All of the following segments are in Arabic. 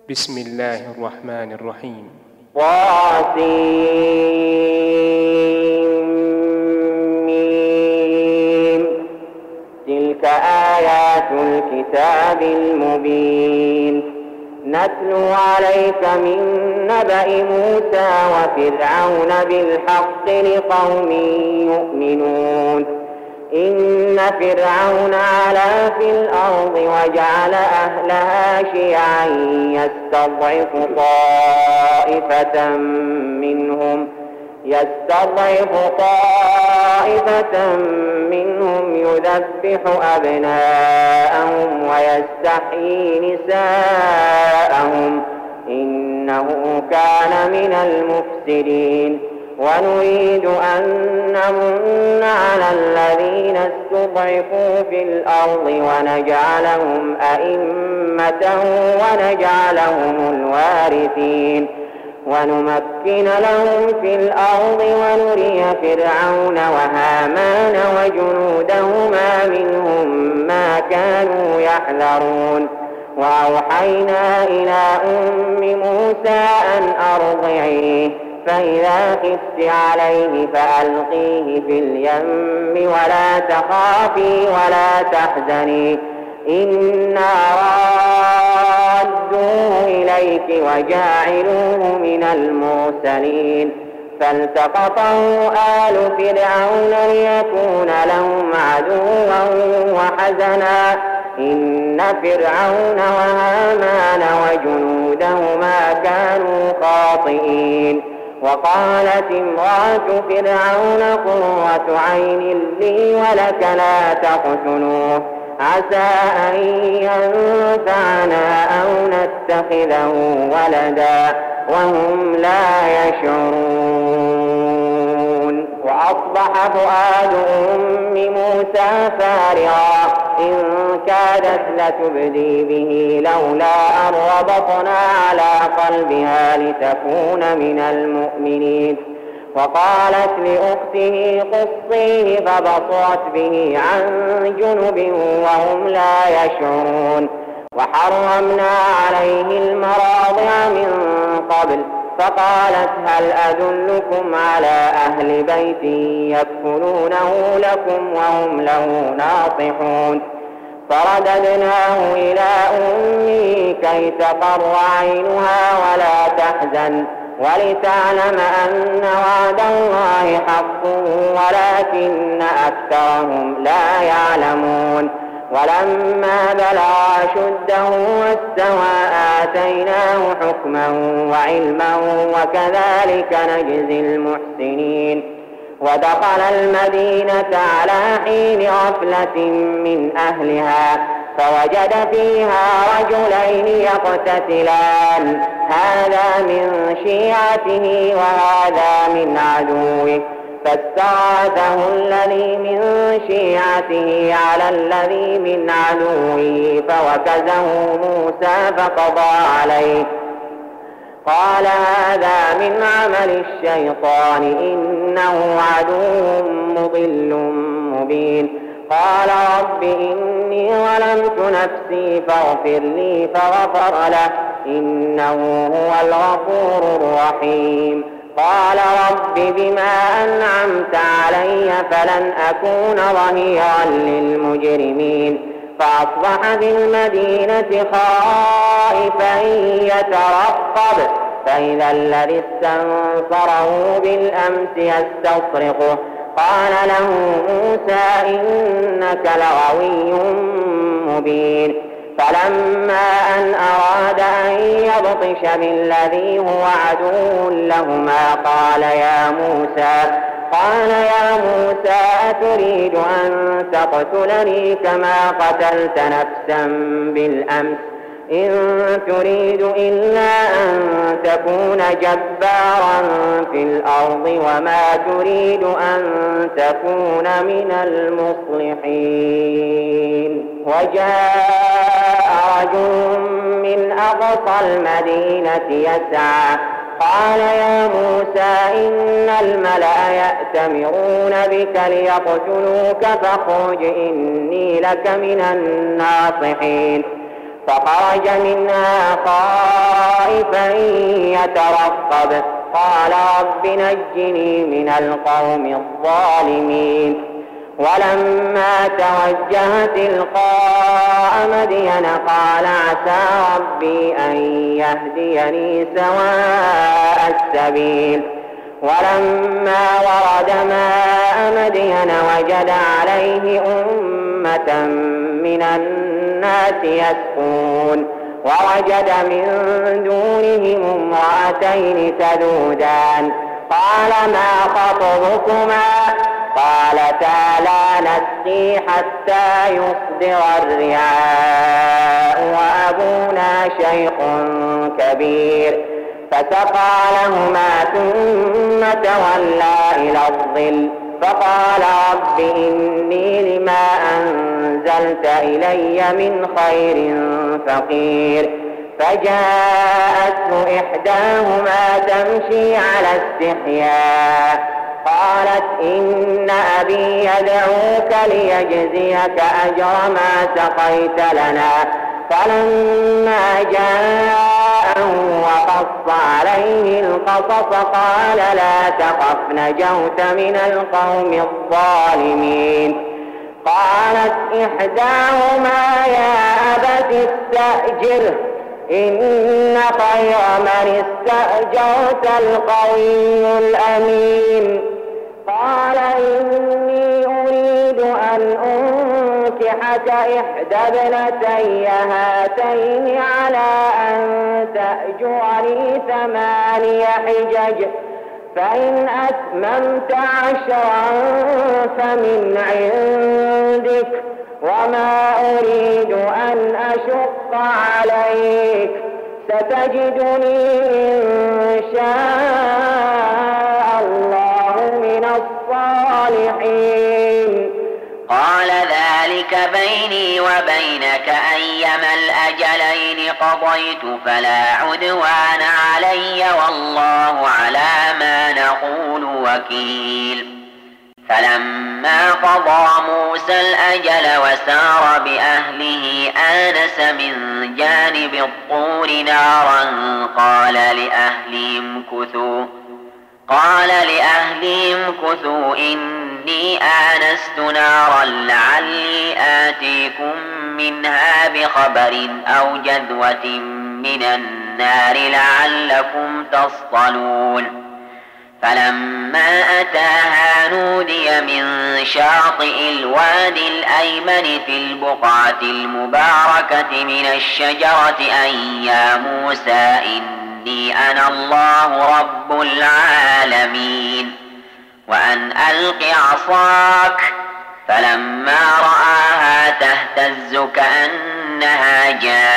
بسم الله الرحمن الرحيم. طاسيم. تلك آيات الكتاب المبين. نتلو عليك من نبأ موسى وفرعون بالحق لقوم يؤمنون. إن فرعون علا في الأرض وجعل أهلها شيعا يستضعف طائفة منهم يذبح أبناءهم ويستحيي نساءهم إنه كان من المفسدين. ونريد أن نمن على الذين استضعفوا في الأرض ونجعلهم أئمة ونجعلهم الوارثين ونمكن لهم في الأرض ونري فرعون وهامان وجنودهما منهم ما كانوا يحذرون. وأوحينا إلى أم موسى أن أرضعيه فإذا خفت عليه فألقيه في اليم ولا تخافي ولا تحزني إنا رادوه إليك وجاعلوه من المرسلين. فالتقطه آل فرعون ليكون لهم عدوا وحزنا إن فرعون وهامان وجنودهما كانوا خاطئين. وقالت امرأة فرعون قرة عين لي ولك لا تقتلوه عسى أن ينفعنا أو نتخذه ولدا وهم لا يشعرون. وأصبح فؤاد أم موسى فارغا إن كادت لتبدي به لولا أن ربطنا على قلبها لتكون من المؤمنين. وقالت لأخته قصيه فبصرت به عن جنب وهم لا يشعرون. وحرمنا عليه المراضع من قبل فقالت هل أدلكم على أهل بيت يكفلونه لكم وهم له ناصحون. فرددناه إلى أمه كي تقر عينها ولا تحزن ولتعلم أن وعد الله حق ولكن أكثرهم لا يعلمون. ولما بلغ أشده واستوى آتيناه حكما وعلما وكذلك نجزي المحسنين. ودخل المدينة على حين غفلة من أهلها فوجد فيها رجلين يقتتلان هذا من شيعته وهذا من عدوه فاستغاثه الذي من شيعته على الذي من عدوه فوكزه موسى فقضى عليه قال هذا من عمل الشيطان إنه عدو مضل مبين. قال رب إني ظلمت نفسي فاغفر لي فغفر له إنه هو الغفور الرحيم. قال رب بما أنعمت علي فلن أكون ظهيرا للمجرمين. فأصبح بالمدينة خائفا يترقب فإذا الذي استنصره بالأمس يستصرخه قال له موسى إنك لغوي مبين. فلما أن أراد أن يبطش بالذي هو عدو لهما قال يا موسى أتريد أن تقتلني كما قتلت نفسا بالأمس إن تريد إلا أن تكون جبارا في الأرض وما تريد أن تكون من المصلحين. وجاء رجل من أقصى المدينة يسعى قال يا موسى إن الملأ يأتمرون بك ليقتلوك فاخرج إني لك من الناصحين. فخرج منها خائفا يترقب قال رب نجني من القوم الظالمين ولما توجه تلقاء مدين قال عسى ربي أن يهديني سواء السبيل ولما ورد ماء مدين وجد عليه أمة من الناس يسقون ووجد من دونهم امرأتين تذودان قال ما خطبكما قالتا لا نسقي حتى يصدر الرعاء وأبونا شيخ كبير فسقى لهما ثم تولى إلى الظل فقال رب إني لما أنزلت إلي من خير فقير فجاءته إحداهما تمشي على استحياء قالت إن أبي يدعوك ليجزيك أجر ما سقيت لنا فلما جاءه وقص عليه القصص قال لا تخف نجوت من القوم الظالمين قالت إحداهما يا أبت استأجره إن خير من استأجرت القوي الأمين قال إني أريد أن أنكحك إحدى ابنتي هاتين على أن تأجرني 8 حجج فإن أتممت 10 فمن عندك وما أريد أن أشق عليك ستجدني إن شاء الله من الصالحين قال ذلك بيني وبينك أيما الأجلين قضيت فلا عدوان علي والله على ما نقول وكيل فلما قضى موسى الأجل وسار بأهله آنس من جانب الطور نارا قال لأهلهم كثوا إني آنست نارا لعلي آتيكم منها بخبر أو جذوة من النار لعلكم تصطلون فلما أتاها نودي من شاطئ الوادي الأيمن في البقعة المباركة من الشجرة أن يا موسى إني أنا الله رب العالمين وأن ألق عصاك فلما رآها تهتز كأنها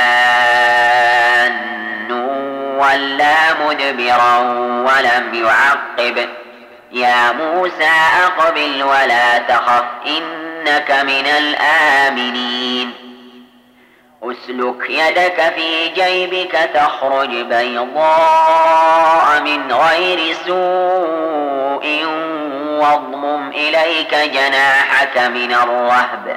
جان ولا مدبرا ولم يعقب يا موسى أقبل ولا تخف إنك من الآمنين أسلك يدك في جيبك تخرج بيضاء من غير سوء واضمم إليك جناحك من الرهب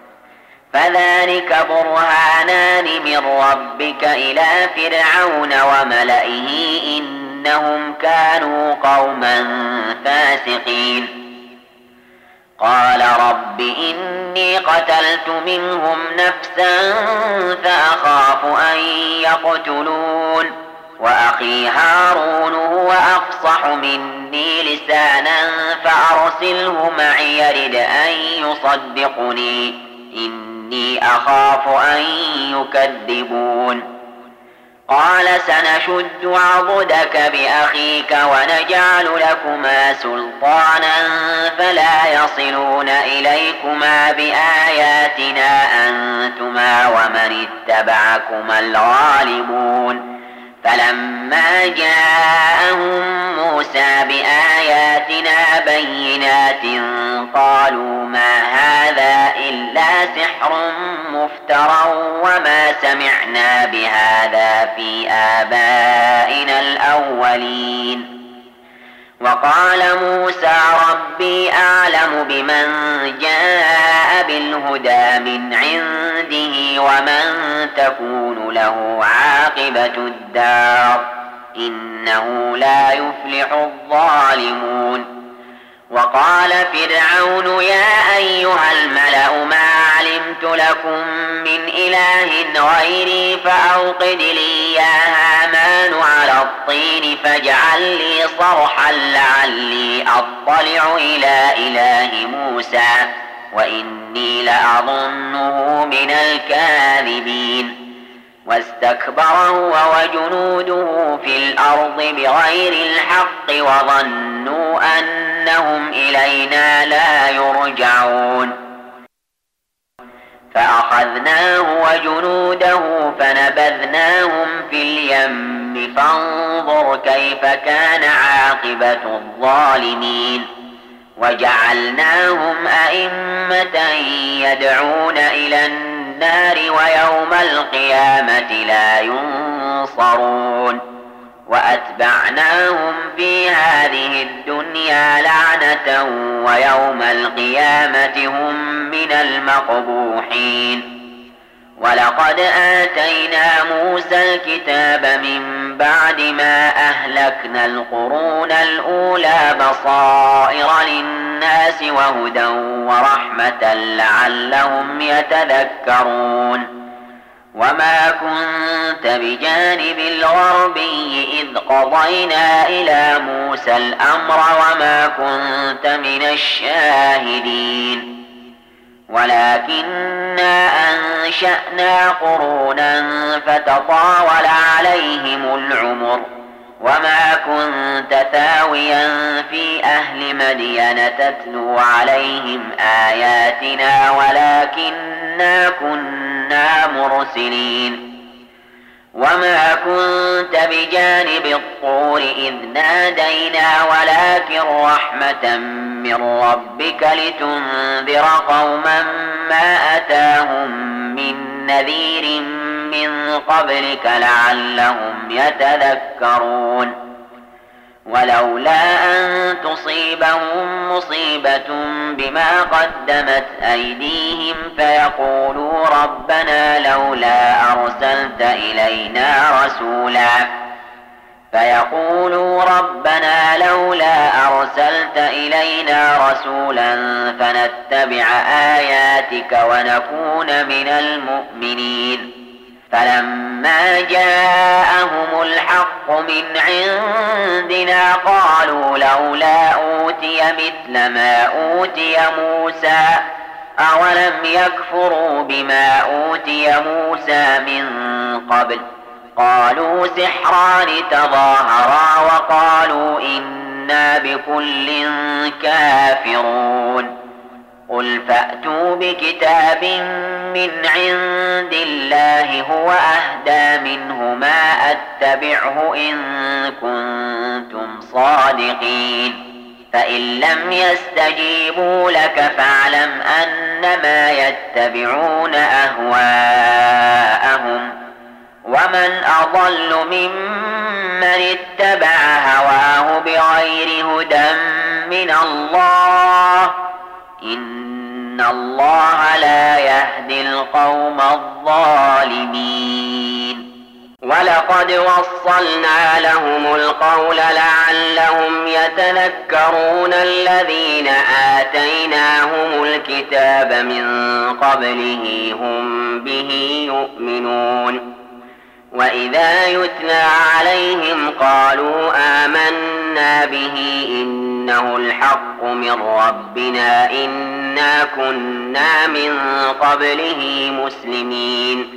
فذلك برهانان من ربك إلى فرعون وملئه إنهم كانوا قوما فاسقين قال رب إني قتلت منهم نفسا فأخاف أن يقتلون وأخي هارون هو أفصح مني لسانا فأرسله معي يرد أن يصدقني إني أخاف أن يكذبون قال سنشد عضدك بأخيك ونجعل لكما سلطانا فلا يصلون إليكما بآياتنا أنتما ومن اتبعكما الغالبون فلما جاءهم موسى بآياتنا بينات قالوا ما هذا إلا سحر مفترى وما سمعنا بهذا في آبائنا الأولين وقال موسى ربي أعلم بمن جاء بالهدى من عنده ومن تكون له عاقبة الدار إنه لا يفلح الظالمون. وقال فرعون يا أيها الملأ ما علمت لكم من إله غيري فأوقد لي يا هامان على الطين فاجعل لي صرحا لعلي أطلع إلى إله موسى وإني لأظنه من الكاذبين. واستكبر هو وجنوده في الأرض بغير الحق وظنوا أنهم إلينا لا يرجعون. فأخذناه وجنوده فنبذناهم في اليم فانظر كيف كان عاقبة الظالمين. وجعلناهم أئمة يدعون إلى النار ويوم القيامة لا ينصرون. وأتبعناهم في هذه الدنيا لعنة ويوم القيامة هم من المقبوحين. ولقد آتينا موسى الكتاب من بعد ما أهلكنا القرون الأولى بصائر للناس وهدى ورحمة لعلهم يتذكرون. وما كنت بجانب الغربي إذ قضينا إلى موسى الأمر وما كنت من الشاهدين ولكننا أنشأنا قرونا فتطاول عليهم العمر وما كنت ثاويا في أهل مدين تتلو عليهم آياتنا ولكننا كنا مرسلين. وما كنت بجانب الطور إذ نادينا ولكن رحمة من ربك لتنذر قوما ما أتاهم من نذير من قبلك لعلهم يتذكرون. ولولا أن تصيبهم مصيبة بما قدمت أيديهم فيقولوا ربنا لولا أرسلت إلينا رسولا فنتبع آياتك ونكون من المؤمنين. فلما جاءهم الحق من عندنا قالوا لولا أوتي مثل ما أوتي موسى أولم يكفروا بما أوتي موسى من قبل قالوا سحران تظاهرا وقالوا إنا بكل كافرون. قل فأتوا بكتاب من عند الله هو أهدى منه ما أتبعه إن كنتم صادقين. فإن لم يستجيبوا لك فاعلم أنما يتبعون أهواءهم ومن أضل ممن اتبع هواه بغير هدى من الله إن الله لا يهدي القوم الظالمين. ولقد وصلنا لهم القول لعلهم يتذكرون الذين آتيناهم الكتاب من قبله هم به يؤمنون. وإذا يتلى عليهم قالوا آمنا به إنه الحق من ربنا إنا كنا من قبله مسلمين.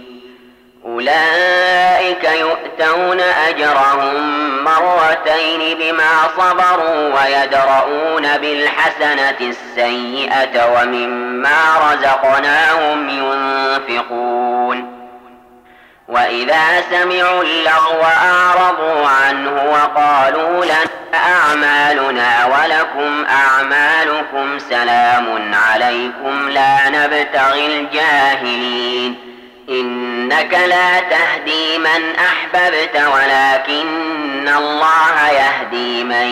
أولئك يؤتون أجرهم مرتين بما صبروا ويدرؤون بالحسنة السيئة ومما رزقناهم ينفقون. وإذا سمعوا اللغو أعرضوا عنه وقالوا لنا أعمالنا ولكم أعمالكم سلام عليكم لا نبتغي الجاهلين. إنك لا تهدي من أحببت ولكن الله يهدي من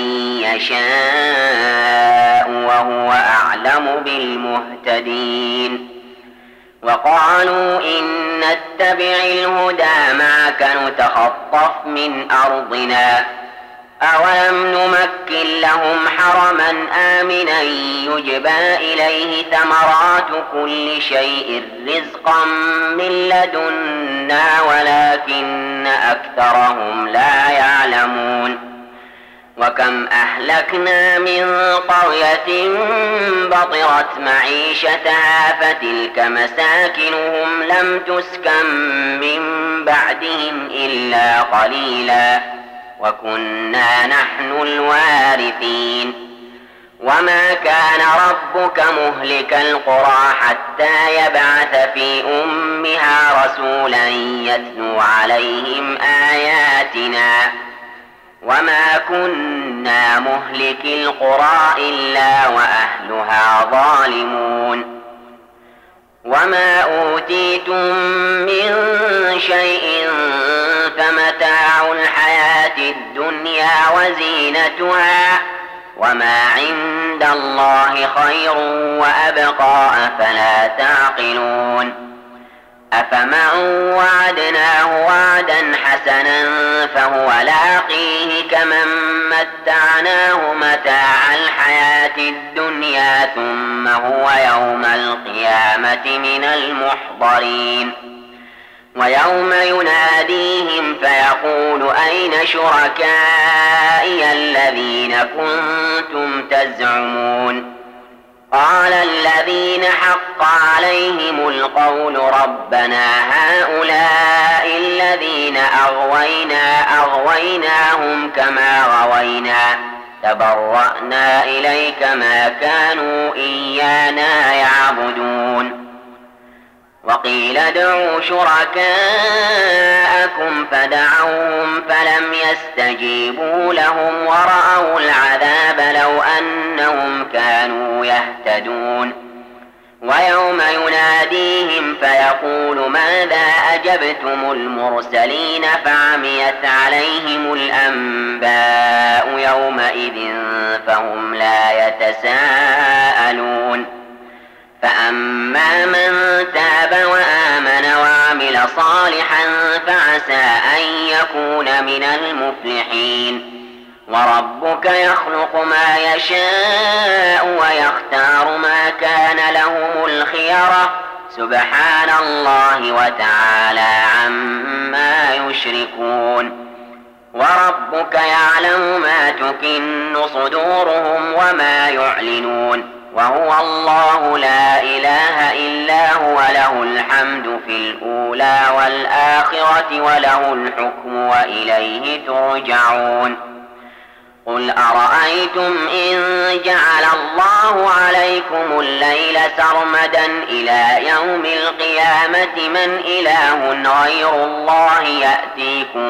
يشاء وهو أعلم بالمهتدين. وقالوا إن نتبع الهدى معك نتخطف من أرضنا أولم نمكن لهم حرما آمنا يجبى إليه ثمرات كل شيء رزقا من لدنا ولكن أكثرهم لا يعلمون وكم أهلكنا من قرية بطرت معيشتها فتلك مساكنهم لم تسكن من بعدهم إلا قليلا وكنا نحن الوارثين وما كان ربك مهلك القرى حتى يبعث في أمها رسولا يتلو عليهم آياتنا وما كنا مهلك القرى إلا وأهلها ظالمون وما أوتيتم من شيء فمتاع الحياة الدنيا وزينتها وما عند الله خير وأبقى أفلا تعقلون أفمن وعدناه وعدا حسنا فهو لاقيه كمن متعناه متاع الحياة الدنيا ثم هو يوم القيامة من المحضرين ويوم يناديهم فيقول أين شركائي الذين كنتم تزعمون قال الذين حق عليهم القول ربنا هؤلاء الذين أغويناهم كما غوينا تبرأنا إليك ما كانوا إيانا يعبدون وقيل ادعوا شركاءكم فدعوهم فلم يستجيبوا لهم ورأوا العذاب لو أنهم كانوا يهتدون ويوم يناديهم فيقول ماذا أجبتم المرسلين فعميت عليهم الأنباء يومئذ فهم لا يتساءلون فأما من تاب وآمن وعمل صالحا فعسى أن يكون من المفلحين وربك يخلق ما يشاء ويختار ما كان لهم الخيرة سبحان الله وتعالى عما يشركون وربك يعلم ما تكن صدورهم وما يعلنون وهو الله لا إله إلا هو له الحمد في الأولى والآخرة وله الحكم وإليه ترجعون قل أرأيتم إن جعل الله عليكم الليل سرمدا إلى يوم القيامة من إله غير الله يأتيكم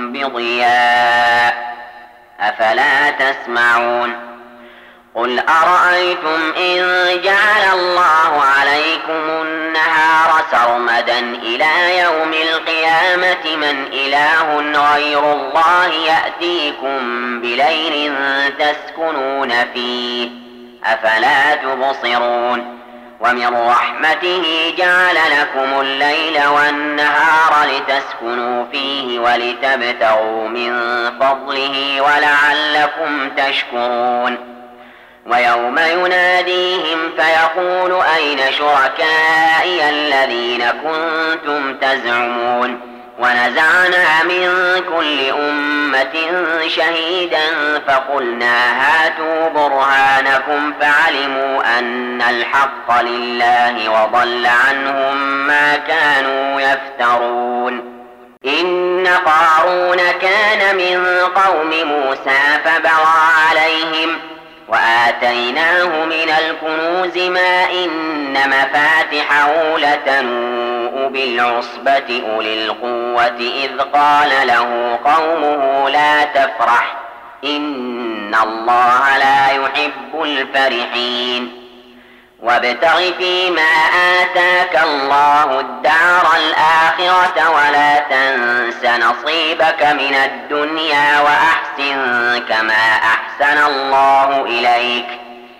بضياء أفلا تسمعون قل أرأيتم إن جعل الله عليكم النهار سرمدا إلى يوم القيامة من إله غير الله يأتيكم بليل تسكنون فيه أفلا تبصرون ومن رحمته جعل لكم الليل والنهار لتسكنوا فيه ولتبتغوا من فضله ولعلكم تشكرون ويوم يناديهم فيقول أين شركائي الذين كنتم تزعمون ونزعنا من كل أمة شهيدا فقلنا هاتوا برهانكم فعلموا أن الحق لله وضل عنهم ما كانوا يفترون إن قارون كان من قوم موسى فبغى عليهم وآتيناه من الكنوز ما إن مفاتحه لتنوء بالعصبة أولي القوة إذ قال له قومه لا تفرح إن الله لا يحب الفرحين وابتغ فيما آتاك الله الدار الآخرة ولا تنس نصيبك من الدنيا وأحسن كما أحسن الله إليك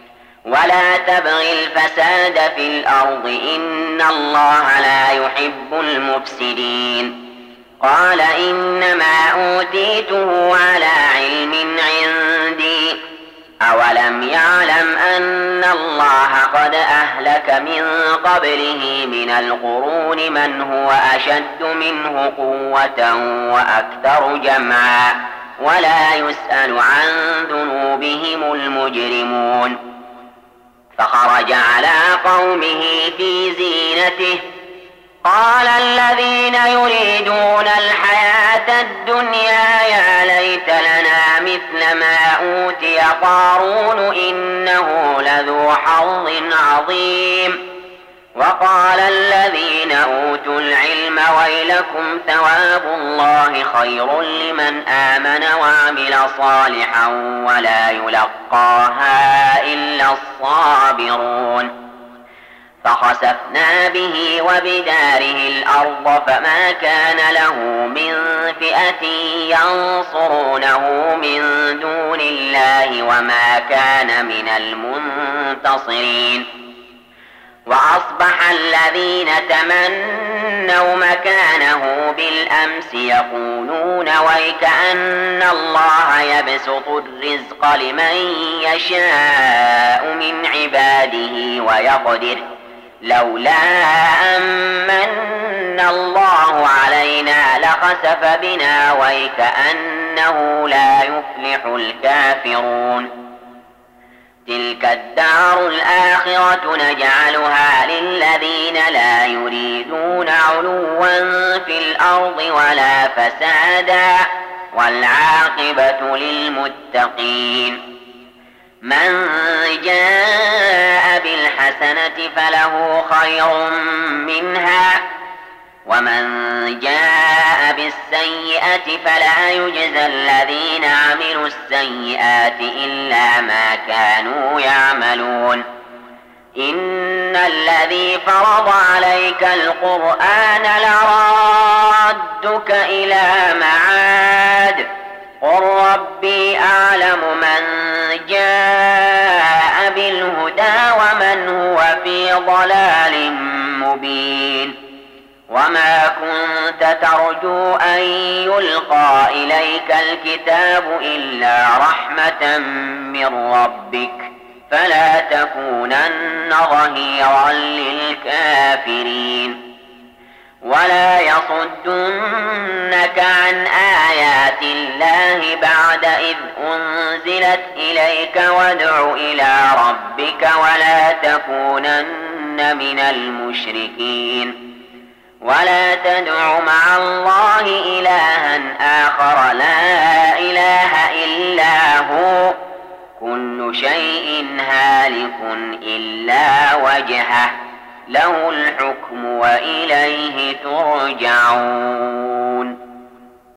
ولا تبغ الفساد في الأرض إن الله لا يحب المفسدين. قال إنما أوتيته على علم عندي أولم يعلم أن الله قد أهلك من قبله من القرون من هو أشد منه قوة وأكثر جمعا ولا يسأل عن ذنوبهم المجرمون. فخرج على قومه في زينته قال الذين يريدون الحياة الدنيا يا ليت لنا مثل ما أوتي قارون إنه لذو حظ عظيم. وقال الذين أوتوا العلم ويلكم ثواب الله خير لمن آمن وعمل صالحا ولا يلقاها إلا الصابرون. فخسفنا به وبداره الأرض فما كان له من فئة ينصرونه من دون الله وما كان من المنتصرين. وأصبح الذين تمنوا مكانه بالأمس يقولون ويكأن الله يبسط الرزق لمن يشاء من عباده ويقدر لولا أمن الله علينا لخسف بنا ويكأنه لا يفلح الكافرون. تلك الدار الآخرة نجعلها للذين لا يريدون علوا في الأرض ولا فسادا والعاقبة للمتقين. من جاء بالحسنة فله خير منها ومن جاء بالسيئة فلا يجزى الذين عملوا السيئات إلا ما كانوا يعملون. إن الذي فرض عليك القرآن لرادك إلى معاد قل ربي أعلم من جاء بالهدى ومن هو في ضلال مبين. وما كنت ترجو أن يلقى إليك الكتاب إلا رحمة من ربك فلا تكونن ظهيرا للكافرين. ولا يصدنك عن آيات الله بعد إذ أنزلت إليك وادع إلى ربك ولا تكونن من المشركين. ولا تدع مع الله إلها آخر لا إله إلا هو كل شيء هالك إلا وجهه له الحكم وإليه ترجعون.